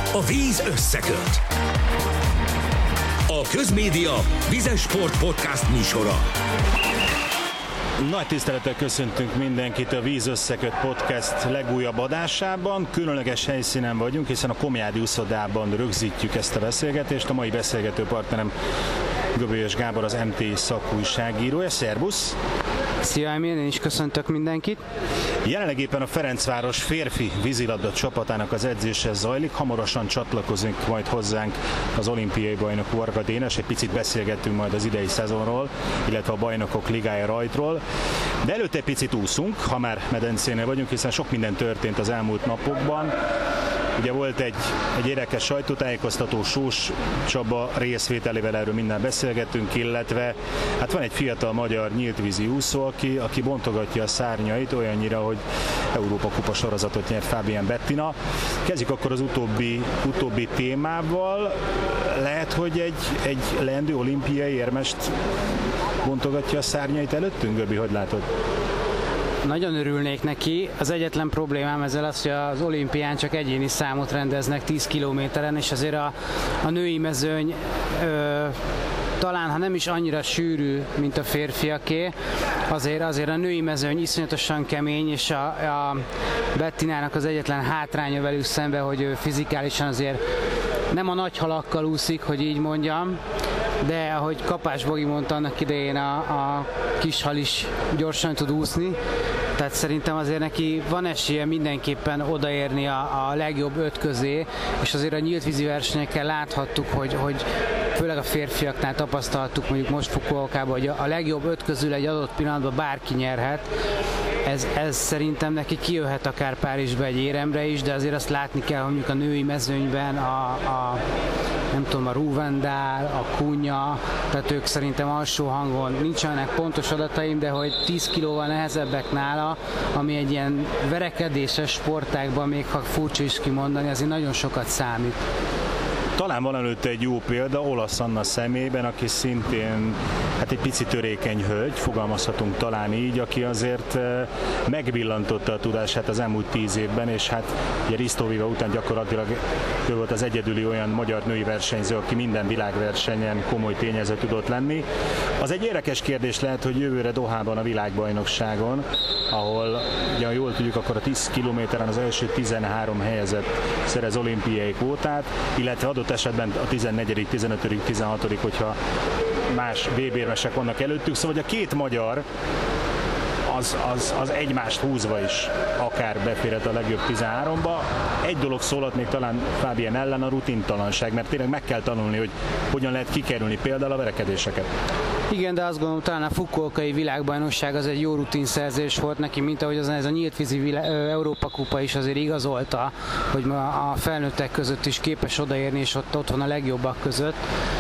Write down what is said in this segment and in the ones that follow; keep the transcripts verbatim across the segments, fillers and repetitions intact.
A víz összeköt. A Közmédia Vizes Sport Podcast műsora. Nagy tisztelettel köszöntünk mindenkit a Víz Összeköt Podcast legújabb adásában. Különleges helyszínen vagyunk, hiszen a Komjádi úszodában rögzítjük ezt a beszélgetést. A mai beszélgető partnerem Göbölyös Gábor, az em té i szakújságírója. Szerbusz! Szia Emil, én is köszöntök mindenkit. Jelenleg éppen a Ferencváros férfi vízilabda csapatának az edzése zajlik. Hamarosan csatlakozunk majd hozzánk az olimpiai bajnok Varga Dénes. Egy picit beszélgettünk majd az idei szezonról, illetve a bajnokok ligája rajtról. De előtte egy picit úszunk, ha már medencénél vagyunk, hiszen sok minden történt az elmúlt napokban. Ugye volt egy, egy érdekes sajtótájékoztató, Sós Csaba részvételével, erről minden beszélgettünk, illetve hát van egy fiatal magyar nyíltvízi úszó, aki, aki bontogatja a szárnyait olyannyira, hogy Európa Kupa sorozatot nyert Fabian Bettina. Kezdjük akkor az utóbbi, utóbbi témával. Lehet, hogy egy, egy leendő olimpiai érmest bontogatja a szárnyait előttünk, Göbi, hogy látod? Nagyon örülnék neki. Az egyetlen problémám ezzel az, hogy az olimpián csak egyéni számot rendeznek tíz kilométeren, és azért a, a női mezőny ö, talán, ha nem is annyira sűrű, mint a férfiaké, azért, azért a női mezőny iszonyatosan kemény, és a, a Bettinának az egyetlen hátránya velük szembe, hogy ő fizikálisan azért nem a nagy halakkal úszik, hogy így mondjam, de ahogy Kapás Bogi mondta annak idején, a, a kis hal is gyorsan tud úszni, tehát szerintem azért neki van esélye mindenképpen odaérni a, a legjobb öt közé, és azért a nyíltvízi versenyekkel láthattuk, hogy, hogy főleg a férfiaknál tapasztaltuk, mondjuk most Fukuokában, hogy a legjobb öt közül egy adott pillanatban bárki nyerhet. Ez, ez szerintem neki kijöhet akár Párizsba egy éremre is, de azért azt látni kell, hogy mondjuk a női mezőnyben a, a nem tudom, a Ruvendál, a Kunya, tehát ők szerintem alsó hangon nincsenek pontos adataim, de hogy tíz kilóval nehezebbek nála, ami egy ilyen verekedéses sportágban, még ha furcsa is kimondani, azért nagyon sokat számít. Talán van előtte egy jó példa, Olasz Anna személyében, aki szintén hát egy pici törékeny hölgy, fogalmazhatunk talán így, aki azért megvillantotta a tudását az elmúlt tíz évben, és hát ugye Risto Viva után gyakorlatilag ő volt az egyedüli olyan magyar női versenyző, aki minden világversenyen komoly tényező tudott lenni. Az egy érdekes kérdés lehet, hogy jövőre Dohában a világbajnokságon, ahol ugye jól tudjuk, akkor a tíz kilométeren az első tizenhárom helyezett szerez olimpiai kvótát, illetve adott esetben a tizennegyedik, tizenötödik, tizenhatodik, hogyha más vé bé-érmesek vannak előttük, szóval hogy a két magyar az, az, az egymást húzva is akár beférhet a legjobb tizenháromba. Egy dolog szólhat még talán Fabian ellen, a rutintalanság, mert tényleg meg kell tanulni, hogy hogyan lehet kikerülni például a verekedéseket. Igen, de azt gondolom, talán a Fukuokai világbajnokság az egy jó rutinszerzés volt neki, mint ahogy az ez a nyíltvízi Európa Kupa is azért igazolta, hogy a felnőttek között is képes odaérni, és ott, ott van a legjobbak között.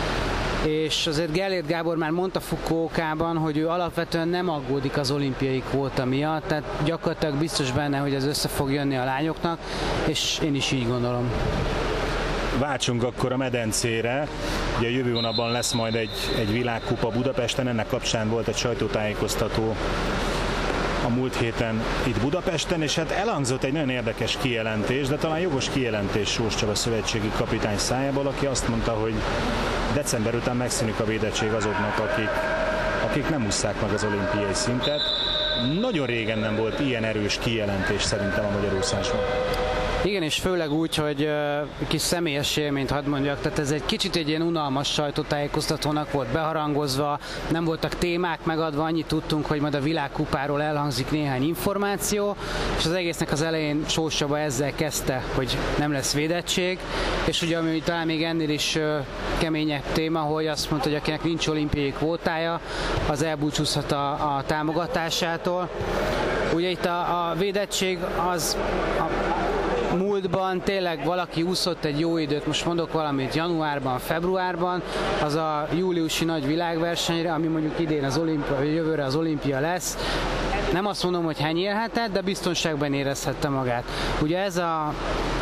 És azért Gellért Gábor már mondta Fukuokában, hogy ő alapvetően nem aggódik az olimpiai kvóta miatt, tehát gyakorlatilag biztos benne, hogy ez össze fog jönni a lányoknak, és én is így gondolom. Váltsunk akkor a medencére. Ugye a jövő hónapban lesz majd egy, egy világkupa Budapesten, ennek kapcsán volt egy sajtótájékoztató a múlt héten itt Budapesten, és hát elhangzott egy nagyon érdekes kijelentés, de talán jogos kijelentés Sós Csaba szövetségi kapitány szájából, aki azt mondta, hogy december után megszűnik a védettség azoknak, akik, akik nem ússzák meg az olimpiai szintet. Nagyon régen nem volt ilyen erős kijelentés szerintem a magyar úszásban. Igen, és főleg úgy, hogy uh, kis személyes élményt hadd mondjak, tehát ez egy kicsit egy ilyen unalmas sajtótájékoztatónak volt beharangozva, nem voltak témák megadva, annyit tudtunk, hogy majd a világkupáról elhangzik néhány információ, és az egésznek az elején Sós Csaba ezzel kezdte, hogy nem lesz védettség, és ugye ami talán még ennél is uh, keményebb téma, hogy azt mondta, hogy akinek nincs olimpiai kvótája, az elbúcsúzhat a, a támogatásától. Ugye itt a, a védettség az a, múltban tényleg valaki úszott egy jó időt, most mondok valamit, januárban, februárban, az a júliusi nagy világversenyre, ami mondjuk idén az olimpia, vagy jövőre az olimpia lesz, nem azt mondom, hogy henyélhetett, de biztonságban érezhette magát. Ugye ez a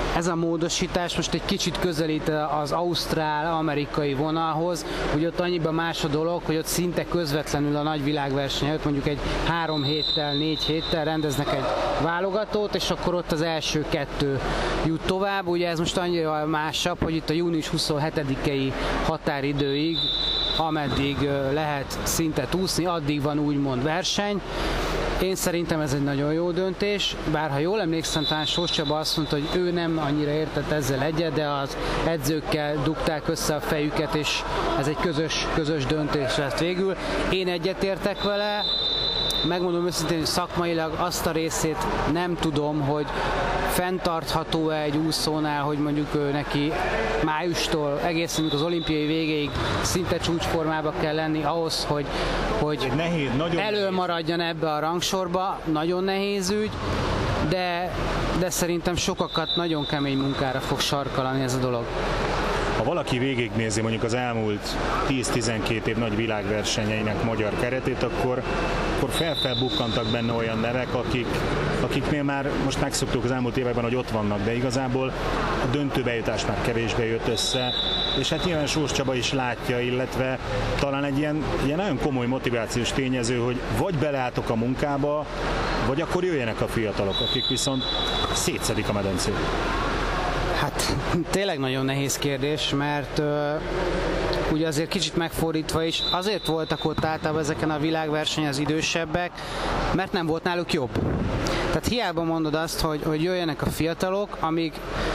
ez a módosítás most egy kicsit közelít az ausztrál-amerikai vonalhoz, hogy ott annyiban más a dolog, hogy ott szinte közvetlenül a nagy világverseny előtt, mondjuk egy három héttel, négy héttel rendeznek egy válogatót, és akkor ott az első kettő jut tovább. Ugye ez most annyira másabb, hogy itt a június huszonhetedikei határidőig, ameddig lehet szintet úszni, addig van úgymond verseny. Én szerintem ez egy nagyon jó döntés, bár ha jól emlékszem, talán Sós Csaba azt mondta, hogy ő nem annyira értett ezzel egyet, de az edzőkkel dugták össze a fejüket, és ez egy közös, közös döntés lett végül. Én egyetértek vele, megmondom őszintén, hogy szakmailag azt a részét nem tudom, hogy fenntartható-e egy úszónál, hogy mondjuk ő neki májustól egészen az olimpiai végéig szinte csúcsformába kell lenni ahhoz, hogy, hogy nehéz, előmaradjon ebbe a rangsorba. Nagyon nehéz ügy, de, de szerintem sokakat nagyon kemény munkára fog sarkalani ez a dolog. Ha valaki végignézi mondjuk az elmúlt tíz-tizenkét év nagy világversenyeinek magyar keretét, akkor, akkor felfelbukkantak benne olyan nevek, akik, akiknél már most megszoktuk az elmúlt években, hogy ott vannak, de igazából a döntőbejutás már kevésbé jött össze, és hát nyilván Sós Csaba is látja, illetve talán egy ilyen, ilyen nagyon komoly motivációs tényező, hogy vagy beleálltok a munkába, vagy akkor jöjjenek a fiatalok, akik viszont szétszedik a medencét. Hát tényleg nagyon nehéz kérdés, mert uh, ugye azért kicsit megfordítva is, azért voltak ott általában ezeken a világversenyen az idősebbek, mert nem volt náluk jobb. Tehát hiába mondod azt, hogy, hogy jöjjenek a fiatalok, amíg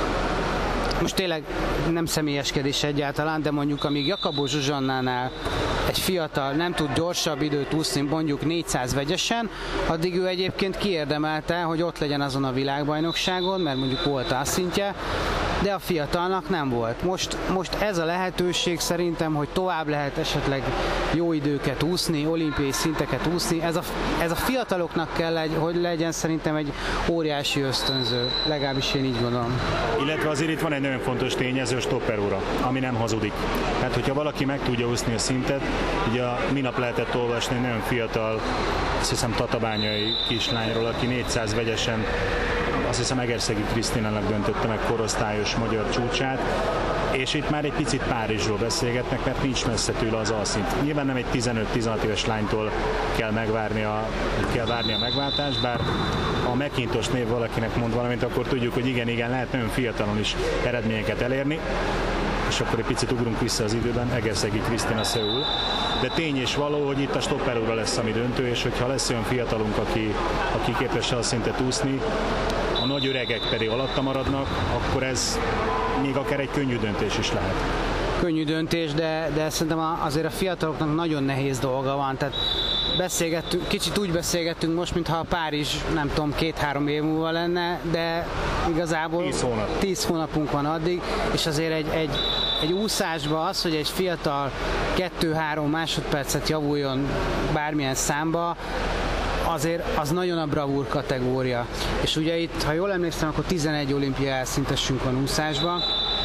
most tényleg nem személyeskedés egyáltalán, de mondjuk amíg Jakabó Zsuzsannánál egy fiatal nem tud gyorsabb időt úszni, mondjuk négyszáz vegyesen, addig ő egyébként kiérdemelte, hogy ott legyen azon a világbajnokságon, mert mondjuk volt a szintje, de a fiatalnak nem volt. Most, most ez a lehetőség szerintem, hogy tovább lehet esetleg jó időket úszni, olimpiai szinteket úszni, ez a, ez a fiataloknak kell, egy, hogy legyen szerintem egy óriási ösztönző, legalábbis én így gondolom. Illetve azért itt van egy nagyon fontos tényező, stopperóra, ami nem hazudik. Tehát, hogyha valaki meg tudja úszni a szintet, ugye a minap lehetett olvasni egy nagyon fiatal, azt hiszem tatabányai kislányról, aki négyszáz vegyesen, azt hiszem Egerszegi Krisztinának döntötte meg korosztályos magyar csúcsát, és itt már egy picit Párizsról beszélgetnek, mert nincs messze tőle az alszint. Nyilván nem egy tizenöt-tizenhat éves lánytól kell megvárni a, kell várni a megváltást, bár a McIntosh név valakinek mond valamit, akkor tudjuk, hogy igen, igen, lehet nagyon fiatalon is eredményeket elérni, és akkor egy picit ugrunk vissza az időben, Egerszegi Krisztina Szeul. De tény és való, hogy itt a stopperóra lesz ami döntő, és hogyha lesz olyan fiatalunk, aki, aki képes a szintet úszni, a nagy öregek pedig alatta maradnak, akkor ez még akár egy könnyű döntés is lehet. Könnyű döntés, de, de szerintem azért a fiataloknak nagyon nehéz dolga van. Tehát beszélgettünk, kicsit úgy beszélgettünk most, mintha a Párizs, nem tudom, két-három év múlva lenne, de igazából tíz hónap. tíz hónapunk van addig, és azért egy, egy, egy úszásban az, hogy egy fiatal kettő-három másodpercet javuljon bármilyen számba, azért az nagyon a bravúr kategória. És ugye itt, ha jól emlékszem, akkor tizenegy olimpia elszintesünk van úszásban,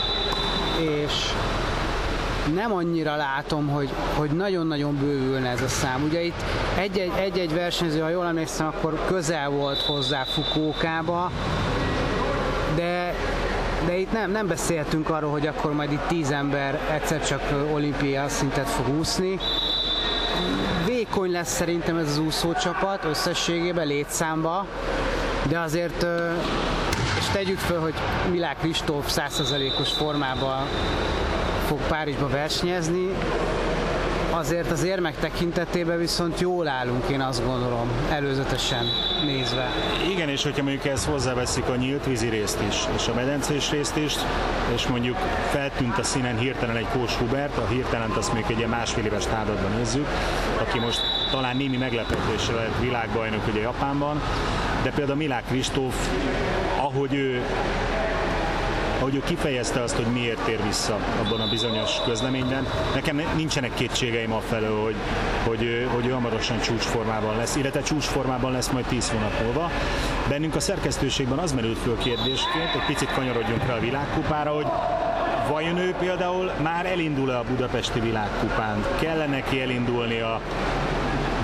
és nem annyira látom, hogy, hogy nagyon-nagyon bővülne ez a szám. Ugye itt egy-egy, egy-egy versenyző, ha jól emlékszem, akkor közel volt hozzá Fukuokába, de, de itt nem, nem beszélhetünk arról, hogy akkor majd itt tíz ember egyszer csak olimpiai szintet fog úszni. Vékony lesz szerintem ez az úszócsapat összességében, létszámba, de azért, és tegyük fel, hogy Milák Kristóf száz százalékos formában fog Párizsba versenyezni, azért az érmek tekintetében viszont jól állunk, én azt gondolom, előzetesen nézve. Igen, és hogyha mondjuk ezt hozzáveszik a nyílt vízi részt is, és a medencés részt is, és mondjuk feltűnt a színen hirtelen egy Kós Hubert, a hirtelent azt mondjuk egy ilyen másfél éves távlatban nézzük, aki most talán némi meglepetésre lett világbajnok ugye Japánban, de például Milák Kristóf, ahogy ő ahogy ő kifejezte azt, hogy miért tér vissza abban a bizonyos közleményben. Nekem nincsenek kétségeim afelől, hogy, hogy, hogy ő hamarosan csúcsformában lesz, illetve csúcsformában lesz majd tíz hónap múlva. Bennünk a szerkesztőségben az merült föl kérdésként, egy picit kanyarodjunk rá a világkupára, hogy vajon ő például már elindul-e a budapesti világkupán? Kell neki elindulnia,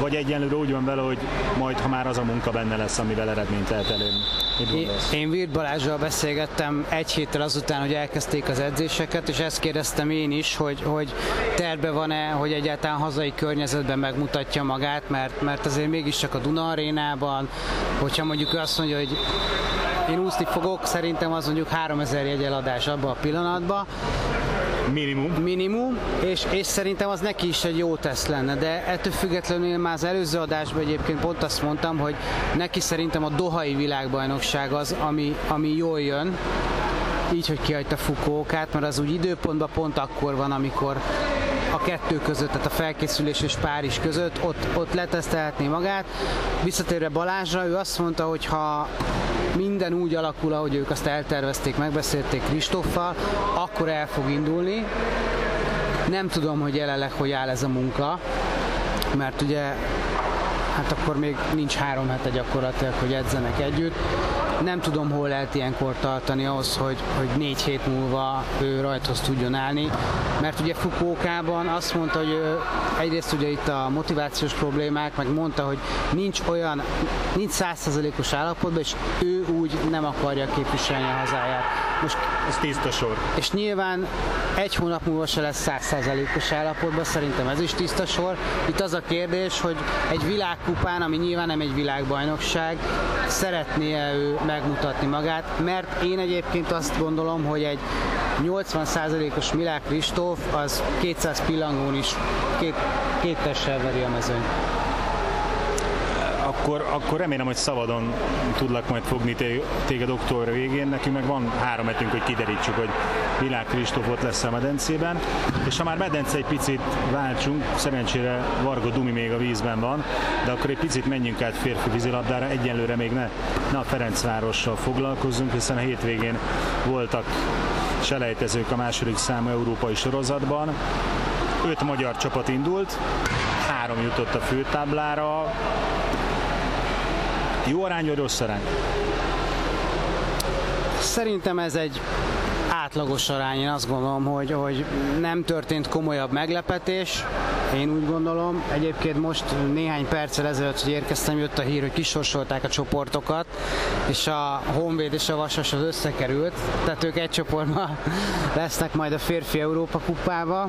Vagy egyenlőre úgy van vele, hogy majd, ha már az a munka benne lesz, amivel eredményt lehet elérni. Én, én Virt Balázsral beszélgettem egy héttel azután, hogy elkezdték az edzéseket, és ezt kérdeztem én is, hogy, hogy terve van-e, hogy egyáltalán hazai környezetben megmutatja magát, mert, mert azért mégiscsak a Duna Arénában, hogyha mondjuk ő azt mondja, hogy én úszni fogok, szerintem az mondjuk háromezer jegy eladás abban a pillanatban. Minimum. Minimum, és, és szerintem az neki is egy jó teszt lenne, de ettől függetlenül már az előző adásban egyébként pont azt mondtam, hogy neki szerintem a dohai világbajnokság az, ami, ami jól jön, így, hogy kihagyta Fukuokát, mert az úgy időpontban pont akkor van, amikor a kettő között, tehát a felkészülés és Párizs között, ott, ott letesztelhetné magát. Visszatérve Balázsra, ő azt mondta, hogy ha minden úgy alakul, ahogy ők azt eltervezték, megbeszélték Kristóffal, akkor el fog indulni. Nem tudom, hogy jelenleg hogy áll ez a munka, mert ugye hát akkor még nincs három hete gyakorlatilag, hogy edzenek együtt. Nem tudom, hol lehet ilyenkor tartani ahhoz, hogy, hogy négy hét múlva ő rajthoz tudjon állni, mert ugye Fukuokában azt mondta, hogy ő, egyrészt ugye itt a motivációs problémák, meg mondta, hogy nincs olyan, nincs száz százalékos állapotban, és ő úgy nem akarja képviselni a hazáját. Most ez tiszta sor. És nyilván egy hónap múlva se lesz száz százalékos állapotban, szerintem ez is tiszta sor. Itt az a kérdés, hogy egy világkupán, ami nyilván nem egy világbajnokság, szeretné-e ő megmutatni magát, mert én egyébként azt gondolom, hogy egy nyolcvan százalékos Milák Kristóf az kétszáz pillangón is két, két tessel veri a mezőnyt. Akkor, akkor remélem, hogy szabadon tudlak majd fogni téged október végén. Nekünk meg van három hetünk, hogy kiderítsük, hogy Milák Kristóf ott lesz a medencében. És ha már medence, egy picit váltsunk, szerencsére Varga Dumi még a vízben van, de akkor egy picit menjünk át férfi vízilabdára. Egyenlőre még ne, ne a Ferencvárossal foglalkozzunk, hiszen a hétvégén voltak selejtezők a második számú európai sorozatban. Öt magyar csapat indult, három jutott a főtáblára. Jó arány vagy rossz arány? Szerintem ez egy átlagos arány. Én azt gondolom, hogy, hogy nem történt komolyabb meglepetés. Én úgy gondolom. Egyébként most néhány perccel ezelőtt, hogy érkeztem, jött a hír, hogy kisorsolták a csoportokat, és a Honvéd és a Vasas az összekerült. Tehát ők egy csoportban lesznek majd a férfi Európa kupába.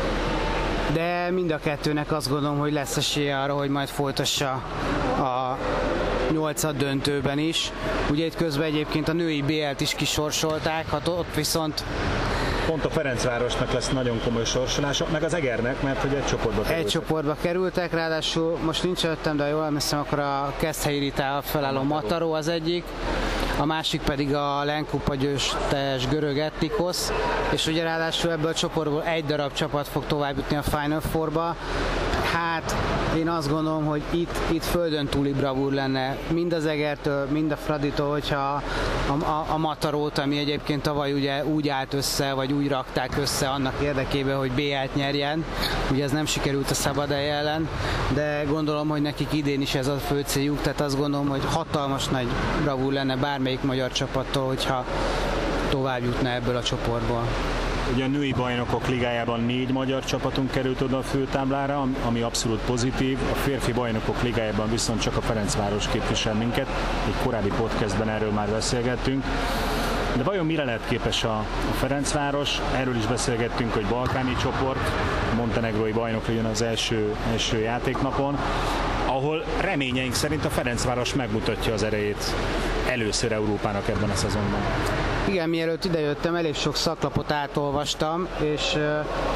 De mind a kettőnek azt gondolom, hogy lesz esélye arra, hogy majd folytassa a nyolcad döntőben is. Ugye itt közben egyébként a női bé el-t is kisorsolták, hát ott viszont pont a Ferencvárosnak lesz nagyon komoly sorsolása, meg az Egernek, mert hogy egy csoportba kerültek. Egy csoportba kerültek, ráadásul most nincs előttem, de jól emlékszem, akkor a Keszthelyi Ritával felálló Mataró az egyik, a másik pedig a Lenkupa győztes görög Etnikos, és ugye ráadásul ebből a csoportból egy darab csapat fog tovább jutni a Final Fourba. Hát én azt gondolom, hogy itt, itt földön túli bravúr lenne mind az Egertől, mind a Fraditól, hogyha a, a, a Matarót, ami egyébként tavaly ugye úgy állt össze, vagy úgy rakták össze annak érdekében, hogy bé el-t nyerjen. Ugye ez nem sikerült a Szabadhely ellen, de gondolom, hogy nekik idén is ez a fő céljuk, tehát azt gondolom, hogy hatalmas nagy bravúr lenne bármelyik magyar csapattól, hogyha tovább jutna ebből a csoportból. Ugye a női bajnokok ligájában négy magyar csapatunk került oda a főtáblára, ami abszolút pozitív. A férfi bajnokok ligájában viszont csak a Ferencváros képvisel minket. Egy korábbi podcastben erről már beszélgettünk. De vajon mire lehet képes a, a Ferencváros? Erről is beszélgettünk, hogy balkáni csoport, montenegrói bajnok legyen az első, első játéknapon, ahol reményeink szerint a Ferencváros megmutatja az erejét először Európának ebben a szezonban. Igen, mielőtt idejöttem, elég sok szaklapot átolvastam, és uh,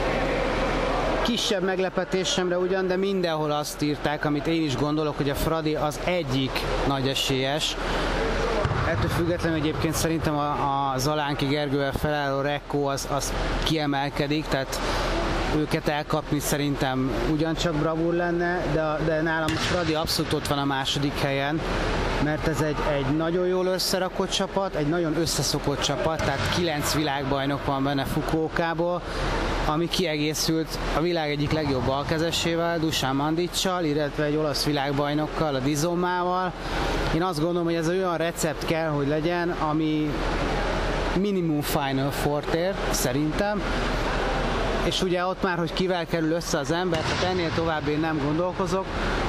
kisebb meglepetésemre ugyan, de mindenhol azt írták, amit én is gondolok, hogy a Fradi az egyik nagy esélyes. Ettől függetlenül egyébként szerintem a, a Zalánki Gergővel felálló Rekko az, az kiemelkedik, tehát őket elkapni szerintem ugyancsak bravúr lenne, de, de nálam a Fradi abszolút ott van a második helyen, mert ez egy, egy nagyon jól összerakott csapat, egy nagyon összeszokott csapat, tehát kilenc világbajnok van benne Fukuokából, ami kiegészült a világ egyik legjobb balkezesével, Dusan Mandicsal, illetve egy olasz világbajnokkal, a Dizomával. Én azt gondolom, hogy ez olyan recept kell, hogy legyen, ami minimum Final Four-t ér, szerintem. És ugye ott már, hogy kivel kerül össze az ember, tehát ennél tovább én nem gondolkozok.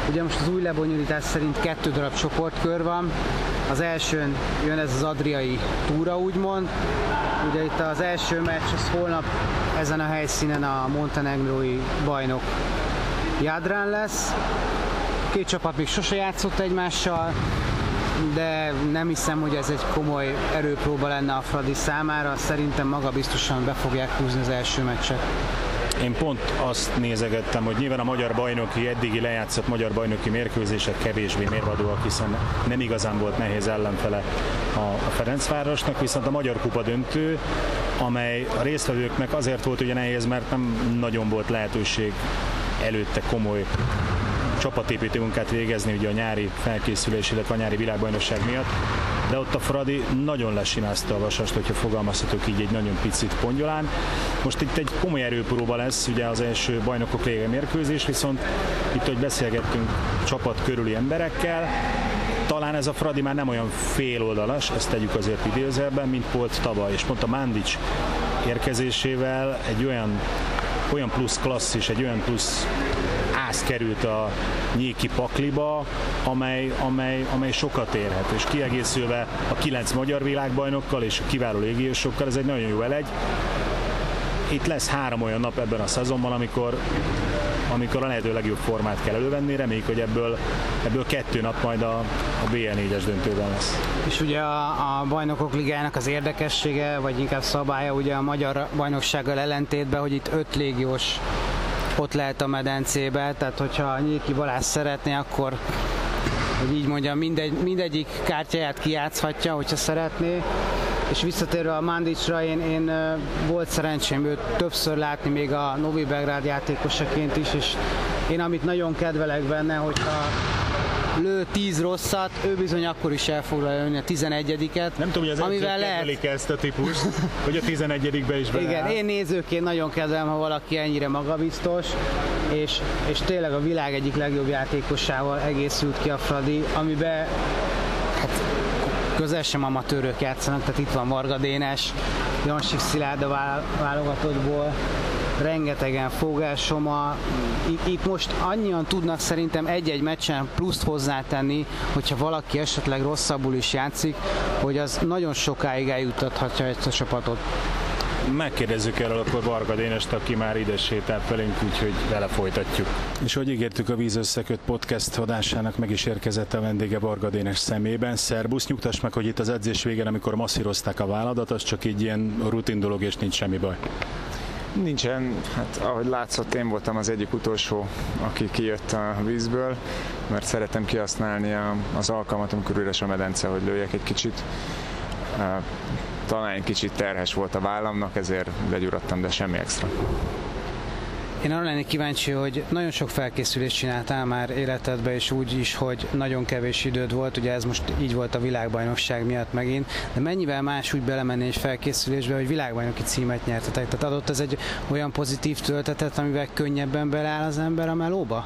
Ugye most az új lebonyolítás szerint kettő darab csoportkör van. Az elsőn jön ez az adriai túra, úgymond. Ugye itt az első meccs, az holnap ezen a helyszínen a montenegrói bajnok Jadran lesz. Két csapat még sose játszott egymással, de nem hiszem, hogy ez egy komoly erőpróba lenne a Fradi számára. Szerintem magabiztosan be fogják húzni az első meccset. Én pont azt nézegettem, hogy nyilván a magyar bajnoki, eddigi lejátszott magyar bajnoki mérkőzések kevésbé mérvadóak, hiszen nem igazán volt nehéz ellenfele a, a Ferencvárosnak, viszont a Magyar Kupa döntő, amely a résztvevőknek azért volt ugye nehéz, mert nem nagyon volt lehetőség előtte komoly csapatépítő munkát végezni ugye a nyári felkészülés, illetve a nyári világbajnokság miatt, de ott a Fradi nagyon lesinázta a Vasast, hogyha fogalmazhatok így egy nagyon picit pongyolán. Most itt egy komoly erőpróba lesz ugye az első bajnokok lége mérkőzés, viszont itt, hogy beszélgettünk csapat körüli emberekkel, talán ez a Fradi már nem olyan féloldalas, ezt tegyük azért idézőjelben, mint volt tavaly, és pont a Mandic érkezésével egy olyan, olyan plusz klasszis, egy olyan plusz ász került a nyéki pakliba, amely, amely, amely sokat érhet, és kiegészülve a kilenc magyar világbajnokkal és a kiváló légiósokkal, ez egy nagyon jó elegy. Itt lesz három olyan nap ebben a szezonban, amikor, amikor a lehető legjobb formát kell elővenni, reméljük, hogy ebből, ebből kettő nap majd a, a bé el négyes döntőben lesz. És ugye a, a bajnokok ligájának az érdekessége, vagy inkább szabálya ugye a magyar bajnoksággal ellentétben, hogy itt öt légiós ott lehet a medencébe, tehát hogyha Nyéki Balázs szeretné, akkor, hogy így mondjam, mindegy, mindegyik kártyáját kijátszhatja, hogyha szeretné. És visszatérve a Mandicra, én, én volt szerencsém őt többször látni még a Novi Belgrád játékosaként is, és én amit nagyon kedvelek benne, hogyha lő tíz rosszat, ő bizony akkor is el fogja lőni a tizenegyediket. Nem tudom, hogy az edzők kedvelik lehet... ezt a típust, hogy a tizenegyedikbe is beleáll. Igen, én nézőként nagyon kedvelem, ha valaki ennyire magabiztos, és, és tényleg a világ egyik legjobb játékosával egészült ki a Fradi, amiben hát, közel sem amatőrök játszanak, tehát itt van Varga Dénes, Jansik Szilárd a válogatottból, rengetegen, Fogel Soma, itt, itt most annyian tudnak szerintem egy-egy meccsen pluszt hozzátenni, hogyha valaki esetleg rosszabbul is játszik, hogy az nagyon sokáig eljuttathatja ezt a csapatot. Megkérdezzük erről akkor Varga Dénest, aki már ide sétált velünk, úgyhogy vele folytatjuk. És hogy ígértük, a Víz Összeköt podcast adásának meg is érkezett a vendége Varga Dénes szemében. Szerbusz, nyugtass meg, hogy itt az edzés végén, amikor masszírozták a válladat, az csak így ilyen rutin dolog, és nincs semmi baj. Nincsen, hát ahogy látszott, én voltam az egyik utolsó, aki kijött a vízből, mert szeretem kihasználni az alkalmat, amikor üres a medence, hogy lőjek egy kicsit. Talán egy kicsit terhes volt a vállamnak, ezért legyuradtam, de semmi extra. Én arra lennék kíváncsi, hogy nagyon sok felkészülést csináltál már életedben, és úgy is, hogy nagyon kevés időd volt, ugye ez most így volt a világbajnokság miatt megint, de mennyivel más úgy belemenni egy felkészülésbe, hogy világbajnoki címet nyertetek? Tehát adott ez egy olyan pozitív töltetet, amivel könnyebben beleáll az ember a melóba?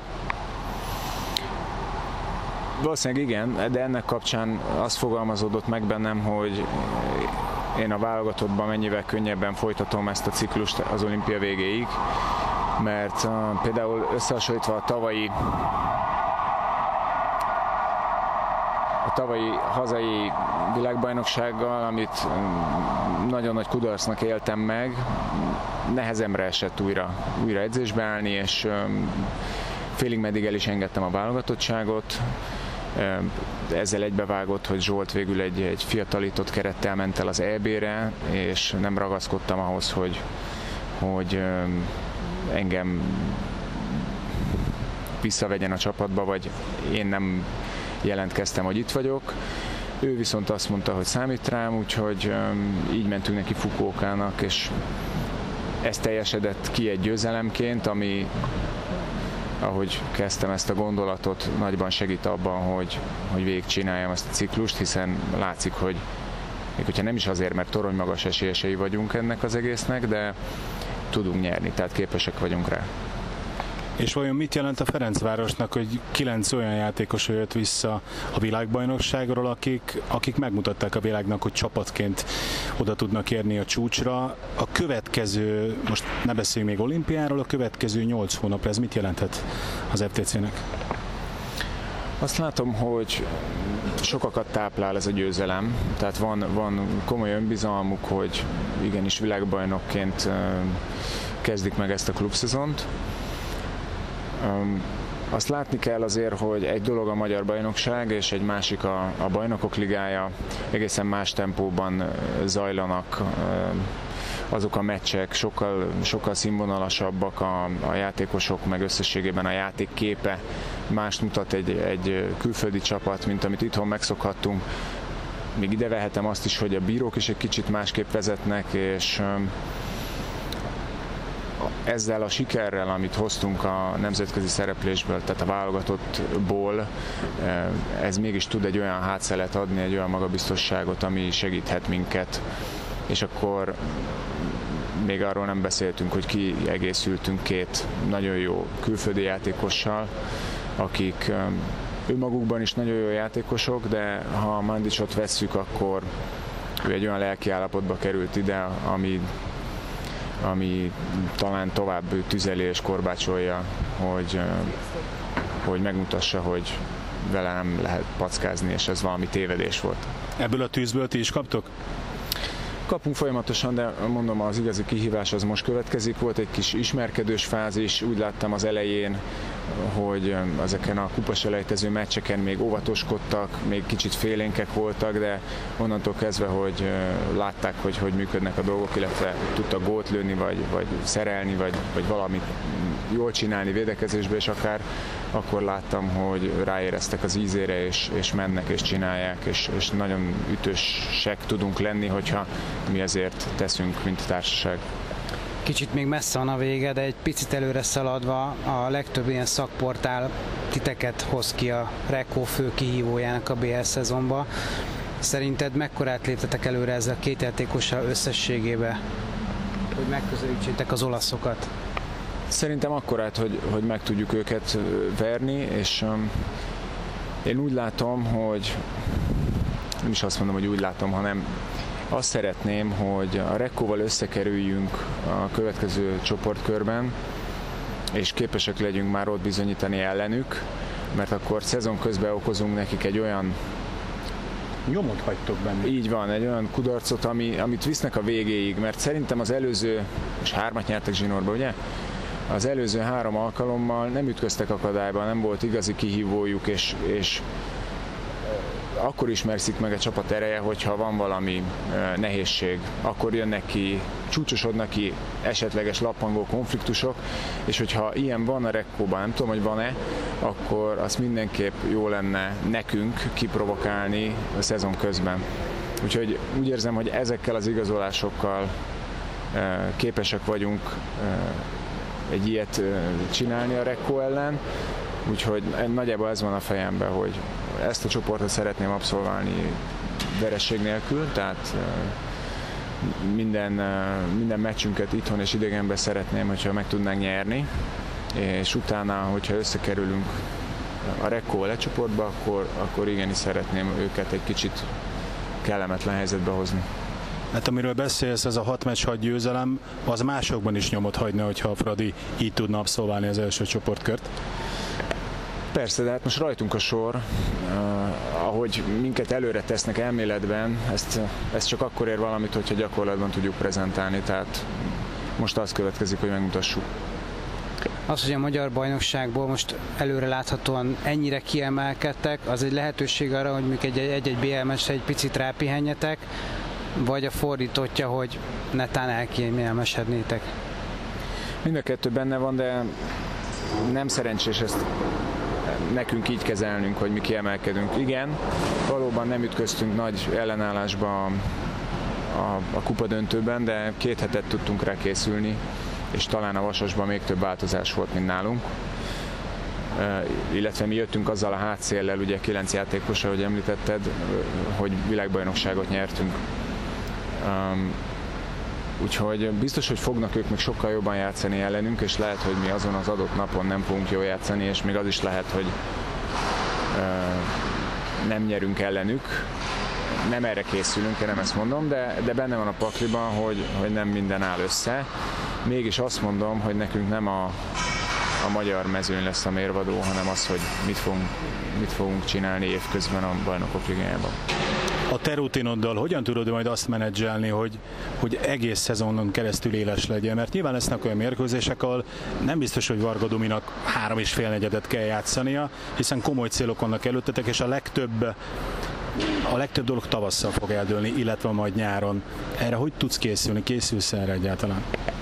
Valószínűleg igen, de ennek kapcsán az fogalmazódott meg bennem, hogy én a válogatottban mennyivel könnyebben folytatom ezt a ciklust az olimpia végéig, mert uh, például összehasonlítva a tavalyi a tavalyi hazai világbajnoksággal, amit um, nagyon nagy kudarcnak éltem meg, nehezemre esett újra, újra edzésbe állni, és um, félig meddig el is engedtem a válogatottságot. Ezzel egybevágott, hogy Zsolt végül egy, egy fiatalított kerettel ment el az é bé-re, és nem ragaszkodtam ahhoz, hogy, hogy engem visszavegyen a csapatba, vagy én nem jelentkeztem, hogy itt vagyok. Ő viszont azt mondta, hogy számít rám, úgyhogy így mentünk neki Fukuokának, és ez teljesedett ki egy győzelemként, ami, ahogy kezdtem ezt a gondolatot, nagyban segít abban, hogy, hogy végigcsináljam ezt a ciklust, hiszen látszik, hogy még hogyha nem is azért, mert torony magas esélyesei vagyunk ennek az egésznek, de tudunk nyerni, tehát képesek vagyunk rá. És vajon mit jelent a Ferencvárosnak, hogy kilenc olyan játékos jött vissza a világbajnokságról, akik, akik megmutatták a világnak, hogy csapatként oda tudnak érni a csúcsra. A következő, most ne beszéljünk még olimpiáról, a következő nyolc hónapra ez mit jelenthet az ef té cének? Azt látom, hogy sokakat táplál ez a győzelem, tehát van, van komoly önbizalmuk, hogy igenis világbajnokként kezdik meg ezt a klubszezont. Azt látni kell azért, hogy egy dolog a magyar bajnokság, és egy másik a, a bajnokok ligája, egészen más tempóban zajlanak azok a meccsek, sokkal, sokkal színvonalasabbak a, a játékosok, meg összességében a játék képe mást mutat egy, egy külföldi csapat, mint amit itthon megszokhattunk. Még ide vehetem azt is, hogy a bírók is egy kicsit másképp vezetnek, és ezzel a sikerrel, amit hoztunk a nemzetközi szereplésből, tehát a válogatottból, ez mégis tud egy olyan hátszelet adni, egy olyan magabiztosságot, ami segíthet minket. És akkor még arról nem beszéltünk, hogy kiegészültünk két nagyon jó külföldi játékossal, akik önmagukban is nagyon jó játékosok, de ha Mandićot vesszük, akkor ő egy olyan lelkiállapotba került ide, ami, ami talán tovább tüzeli és korbácsolja, hogy, hogy megmutassa, hogy vele nem lehet packázni, és ez valami tévedés volt. Ebből a tűzből ti is kaptok? Kapunk folyamatosan, de mondom, az igazi kihívás az most következik. Volt egy kis ismerkedős fázis, úgy láttam az elején, hogy ezeken a kupaselejtező meccseken még óvatoskodtak, még kicsit félénkek voltak, de onnantól kezdve, hogy látták, hogy hogy működnek a dolgok, illetve tudtak gólt lőni, vagy, vagy szerelni, vagy, vagy valamit jól csinálni védekezésbe, és akár akkor láttam, hogy ráéreztek az ízére, és, és mennek, és csinálják, és, és nagyon ütősek tudunk lenni, hogyha mi ezért teszünk, mint társaság. Kicsit még messze van a vége, de egy picit előre szaladva a legtöbb ilyen szakportál titeket hoz ki a Rekó fő kihívójának a bé el szezonba. Szerinted mekkorát léptetek előre ezzel a két játékossal összességébe, hogy megközelítsétek az olaszokat? Szerintem akkorát, hogy, hogy meg tudjuk őket verni, és um, én úgy látom, hogy nem is azt mondom, hogy úgy látom, hanem azt szeretném, hogy a Rekóval összekerüljünk a következő csoportkörben, és képesek legyünk már ott bizonyítani ellenük, mert akkor szezon közben okozunk nekik egy olyan nyomot hagytok benne. Így van, egy olyan kudarcot, ami, amit visznek a végéig, mert szerintem az előző, és hármat nyertek zsinórba, ugye? Az előző három alkalommal nem ütköztek akadályba, nem volt igazi kihívójuk, és, és akkor ismerszik meg a csapat ereje, hogyha van valami nehézség, akkor jönnek ki, csúcsosodnak ki esetleges lappangó konfliktusok, és hogyha ilyen van a Rekóban, nem tudom, hogy van-e, akkor az mindenképp jó lenne nekünk kiprovokálni a szezon közben. Úgyhogy úgy érzem, hogy ezekkel az igazolásokkal képesek vagyunk egy ilyet csinálni a Rekó ellen, úgyhogy nagyjából ez van a fejemben, hogy ezt a csoportot szeretném abszolválni veresség nélkül, tehát minden, minden meccsünket itthon és idegenben szeretném, hogyha meg tudnánk nyerni, és utána, hogyha összekerülünk a Rekó lecsoportba, akkor, akkor igenis szeretném őket egy kicsit kellemetlen helyzetbe hozni. Hát amiről beszélsz, ez a hat meccs hat győzelem, az másokban is nyomot hagyna, hogyha a Fradi így tudna abszolválni az első csoportkört? Persze, de hát most rajtunk a sor, uh, ahogy minket előre tesznek elméletben, ezt, ezt csak akkor ér valamit, hogyha gyakorlatban tudjuk prezentálni, tehát most az következik, hogy megmutassuk. Az, hogy a magyar bajnokságból most előre láthatóan ennyire kiemelkedtek, az egy lehetőség arra, hogy mondjuk egy-egy bé el meccsre egy picit rápihenjetek, vagy a fordítottja, hogy netán elkiemelkednétek? Mind a kettő benne van, de nem szerencsés ezt nekünk így kezelnünk, hogy mi kiemelkedünk. Igen, valóban nem ütköztünk nagy ellenállásba a, a, a kupadöntőben, de két hetet tudtunk rá készülni, és talán a Vasasban még több változás volt, mint nálunk. Uh, illetve mi jöttünk azzal a hátszéllel, ugye kilenc játékosra, ahogy említetted, hogy világbajnokságot nyertünk. Um, úgyhogy biztos, hogy fognak ők még sokkal jobban játszani ellenünk, és lehet, hogy mi azon az adott napon nem fogunk jól játszani, és még az is lehet, hogy uh, nem nyerünk ellenük. Nem erre készülünk, én nem ezt mondom, de, de benne van a pakliban, hogy, hogy nem minden áll össze. Mégis azt mondom, hogy nekünk nem a, a magyar mezőny lesz a mérvadó, hanem az, hogy mit fogunk, mit fogunk csinálni évközben a Bajnokok Ligájában. A te rutinoddal hogyan tudod majd azt menedzselni, hogy, hogy egész szezonon keresztül éles legyen? Mert nyilván lesznek olyan mérkőzések, ahol nem biztos, hogy Varga Dominak három és fél negyedet kell játszania, hiszen komoly célok vannak előttetek, és a legtöbb, a legtöbb dolog tavasszal fog eldőlni, illetve majd nyáron. Erre hogy tudsz készülni? Készülsz erre egyáltalán?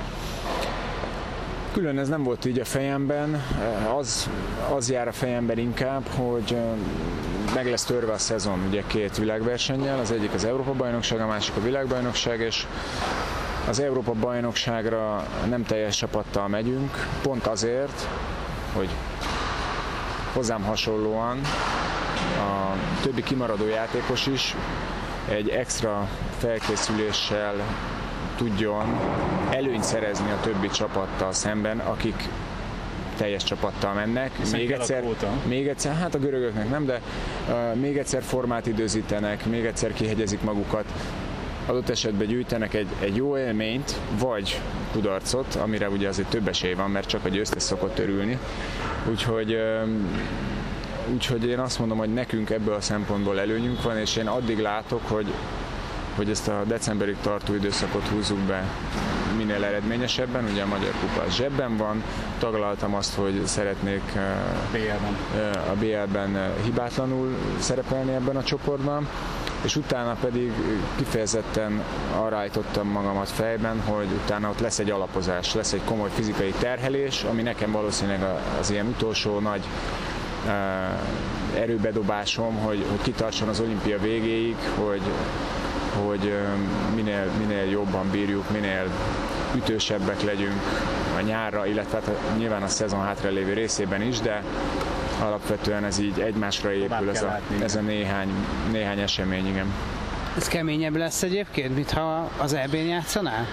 Külön ez nem volt így a fejemben, az, az jár a fejemben inkább, hogy meg lesz törve a szezon ugye két világversennyel, az egyik az Európa-bajnokság, a másik a világbajnokság, és az Európa-bajnokságra nem teljes csapattal megyünk, pont azért, hogy hozzám hasonlóan a többi kimaradó játékos is egy extra felkészüléssel tudjon előnyt szerezni a többi csapattal szemben, akik teljes csapattal mennek. Még egyszer, még egyszer, hát a görögöknek nem, de uh, még egyszer formát időzítenek, még egyszer kihegyezik magukat, adott esetben gyűjtenek egy, egy jó élményt, vagy kudarcot, amire ugye azért több esély van, mert csak a győztes szokott örülni. Úgyhogy, uh, úgyhogy én azt mondom, hogy nekünk ebből a szempontból előnyünk van, és én addig látok, hogy hogy ezt a decemberig tartó időszakot húzzuk be minél eredményesebben, ugye a Magyar Kupa zsebben van, taglaltam azt, hogy szeretnék a bé el-ben hibátlanul szerepelni ebben a csoportban, és utána pedig kifejezetten arra állítottam magamat fejben, hogy utána ott lesz egy alapozás, lesz egy komoly fizikai terhelés, ami nekem valószínűleg az ilyen utolsó nagy erőbedobásom, hogy, hogy kitartson az olimpia végéig, hogy hogy minél, minél jobban bírjuk, minél ütősebbek legyünk a nyárra, illetve hát nyilván a szezon hátralévő részében is, de alapvetően ez így egymásra épül ez a, ez a néhány, néhány esemény, igen. Ez keményebb lesz egyébként, mintha az é bén játszanál?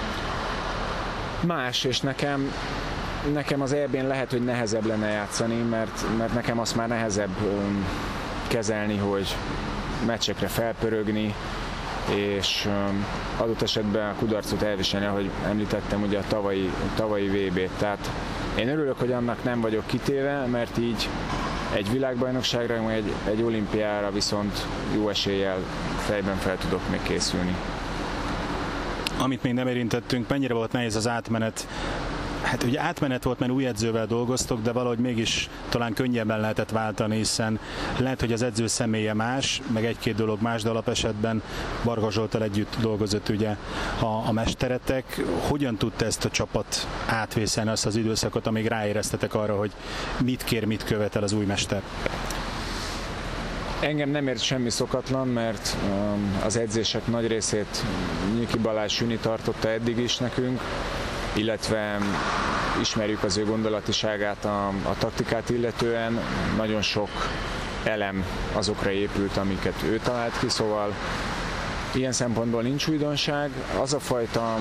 Más, és nekem, nekem az é bén lehet, hogy nehezebb lenne játszani, mert, mert nekem azt már nehezebb um, kezelni, hogy meccsekre felpörögni, és um, adott esetben a kudarcot elviselni, ahogy említettem ugye a tavalyi, tavalyi vé bét. Tehát én örülök, hogy annak nem vagyok kitéve, mert így egy világbajnokságra, vagy egy, egy olimpiára viszont jó eséllyel fejben fel tudok még készülni. Amit még nem érintettünk, mennyire volt nehéz az átmenet? Hát ugye átmenet volt, mert új edzővel dolgoztok, de valahogy mégis talán könnyebben lehetett váltani, hiszen lehet, hogy az edző személye más, meg egy-két dolog más, de alapesetben Varga Zsolttal együtt dolgozott ugye a, a mesteretek. Hogyan tudta ezt a csapat átvészelni azt az időszakot, amíg ráéreztetek arra, hogy mit kér, mit követel az új mester? Engem nem ért semmi szokatlan, mert um, az edzések nagy részét Nyiki Balázs Süni tartotta eddig is nekünk, illetve ismerjük az ő gondolatiságát, a, a taktikát illetően. Nagyon sok elem azokra épült, amiket ő talált ki, szóval ilyen szempontból nincs újdonság. Az a fajta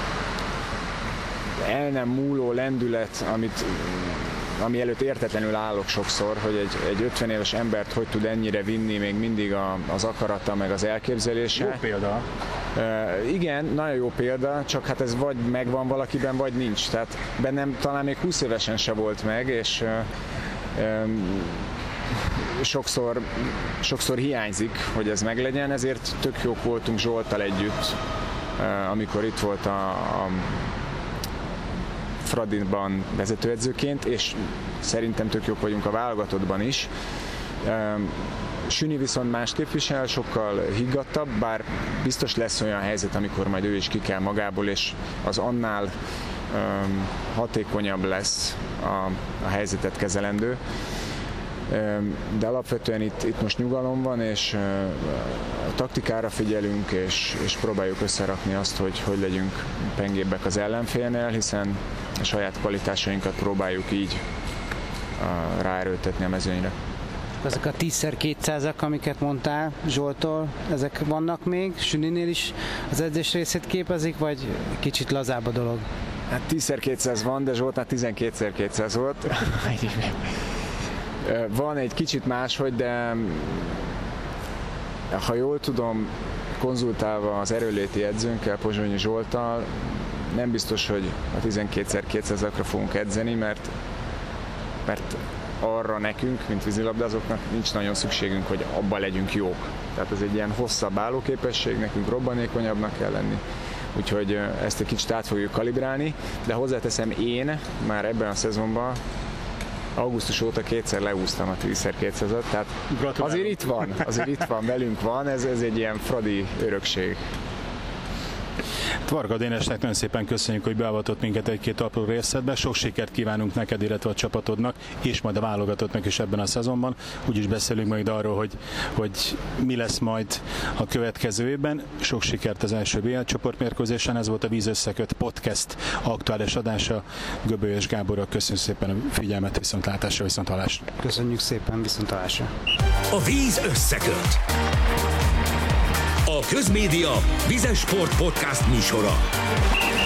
el nem múló lendület, amit, ami előtt értetlenül állok sokszor, hogy egy, egy ötven éves embert hogy tud ennyire vinni még mindig a, az akarata, meg az elképzelése. Jó példa. Uh, igen, nagyon jó példa, csak hát ez vagy megvan valakiben, vagy nincs. Tehát bennem talán még húsz évesen se volt meg, és uh, um, sokszor, sokszor hiányzik, hogy ez meglegyen, ezért tök jók voltunk Zsolttal együtt, uh, amikor itt volt a, a Fradiban vezetőedzőként, és szerintem tök jók vagyunk a válogatottban is. Um, Süni viszont más képvisel, sokkal higgadtabb, bár biztos lesz olyan helyzet, amikor majd ő is ki kell magából, és az annál um, hatékonyabb lesz a, a helyzetet kezelendő. Um, de alapvetően itt, itt most nyugalom van, és uh, a taktikára figyelünk, és, és próbáljuk összerakni azt, hogy hogy legyünk pengébbek az ellenfélnél, hiszen a saját kvalitásainkat próbáljuk így uh, ráerőltetni a mezőnyre. Ezek a tízszer kétszázak, amiket mondtál Zsoltól, ezek vannak még? Süninél is az edzés részét képezik, vagy kicsit lazább a dolog? Hát tízszer kétszáz van, de Zsoltnál tizenkétszer kétszáz volt. Van egy kicsit máshogy, de ha jól tudom, konzultálva az erőléti edzőnkkel, Pozsonyi Zsolttal, nem biztos, hogy a tizenkétszer kétszázakra fogunk edzeni, mert mert arra nekünk, mint vízilabdázóknak nincs nagyon szükségünk, hogy abban legyünk jók. Tehát ez egy ilyen hosszabb állóképesség, nekünk robbanékonyabbnak kell lenni. Úgyhogy ezt egy kicsit át fogjuk kalibrálni, de hozzáteszem, én már ebben a szezonban augusztus óta kétszer leúztam a tíz kétszázat, tehát azért itt van, azért itt van, velünk van, ez, ez egy ilyen Fradi örökség. Varga Dénesnek nagyon szépen köszönjük, hogy beavatott minket egy-két apró részletbe. Sok sikert kívánunk neked, illetve a csapatodnak, és majd a válogatottnak is ebben a szezonban. Úgyis beszélünk majd arról, hogy, hogy mi lesz majd a következő évben. Sok sikert az első bé el csoportmérkőzésen. Ez volt a Víz Összeköt podcast aktuális adása. Göbölyös Gáborral köszönjük szépen a figyelmet, viszontlátásra, viszonthallásra. Köszönjük szépen, viszonthallásra. A Víz Összeköt. A Közmédia Vizes Sport Podcast műsora.